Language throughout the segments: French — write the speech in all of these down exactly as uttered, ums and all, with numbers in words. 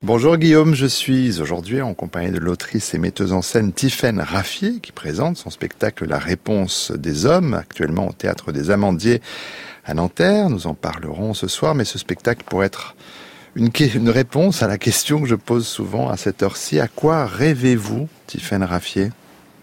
Bonjour Guillaume, je suis aujourd'hui en compagnie de l'autrice et metteuse en scène Tiffaine Raffier qui présente son spectacle La Réponse des Hommes, actuellement au Théâtre des Amandiers à Nanterre. Nous en parlerons ce soir, mais ce spectacle pourrait être une, une réponse à la question que je pose souvent à cette heure-ci. À quoi rêvez-vous, Tiffaine Raffier ?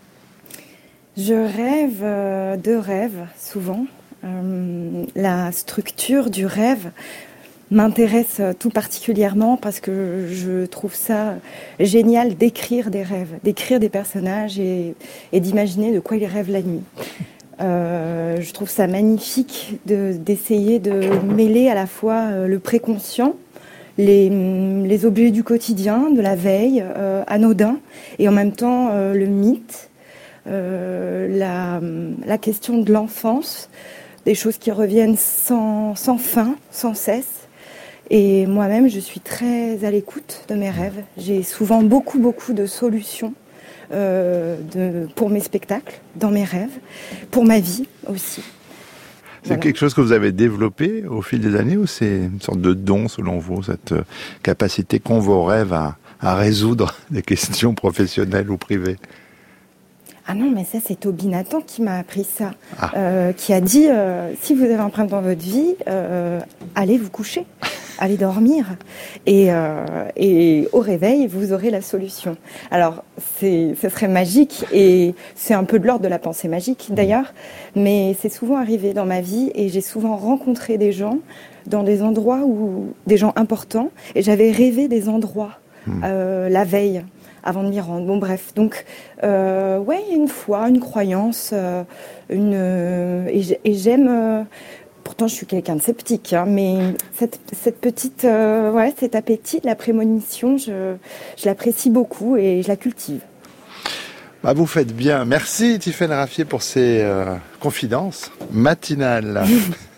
Je rêve euh, de rêves, souvent. Euh, la structure du rêve m'intéresse tout particulièrement parce que je trouve ça génial d'écrire des rêves, d'écrire des personnages et, et d'imaginer de quoi ils rêvent la nuit. Euh, je trouve ça magnifique de, d'essayer de mêler à la fois le préconscient, les, les objets du quotidien, de la veille, euh, anodins, et en même temps euh, le mythe, euh, la, la question de l'enfance, des choses qui reviennent sans, sans fin, sans cesse. Et moi-même, je suis très à l'écoute de mes rêves. J'ai souvent beaucoup, beaucoup de solutions euh, de, pour mes spectacles, dans mes rêves, pour ma vie aussi. C'est Voilà. quelque chose que vous avez développé au fil des années ou c'est une sorte de don selon vous, cette capacité qu'ont vos rêves à, à résoudre des questions professionnelles ou privées ? Ah non, mais ça, c'est Toby Nathan qui m'a appris ça, ah. euh, qui a dit, euh, si vous avez un problème dans votre vie, euh, allez vous coucher, allez dormir, et, euh, et au réveil, vous aurez la solution. Alors, c'est, ce serait magique, et c'est un peu de l'ordre de la pensée magique, d'ailleurs, mais c'est souvent arrivé dans ma vie, et j'ai souvent rencontré des gens dans des endroits où, des gens importants, et j'avais rêvé des endroits euh, la veille, avant de m'y rendre. Bon, bref. Donc, euh, ouais, il y a une foi, une croyance, euh, une, euh, et, et j'aime. Euh, pourtant, je suis quelqu'un de sceptique, hein, mais cette, cette petite, euh, ouais, cet appétit de la prémonition, je, je l'apprécie beaucoup et je la cultive. Bah, vous faites bien. Merci Tiffaine Raffier pour ces euh, confidences matinales.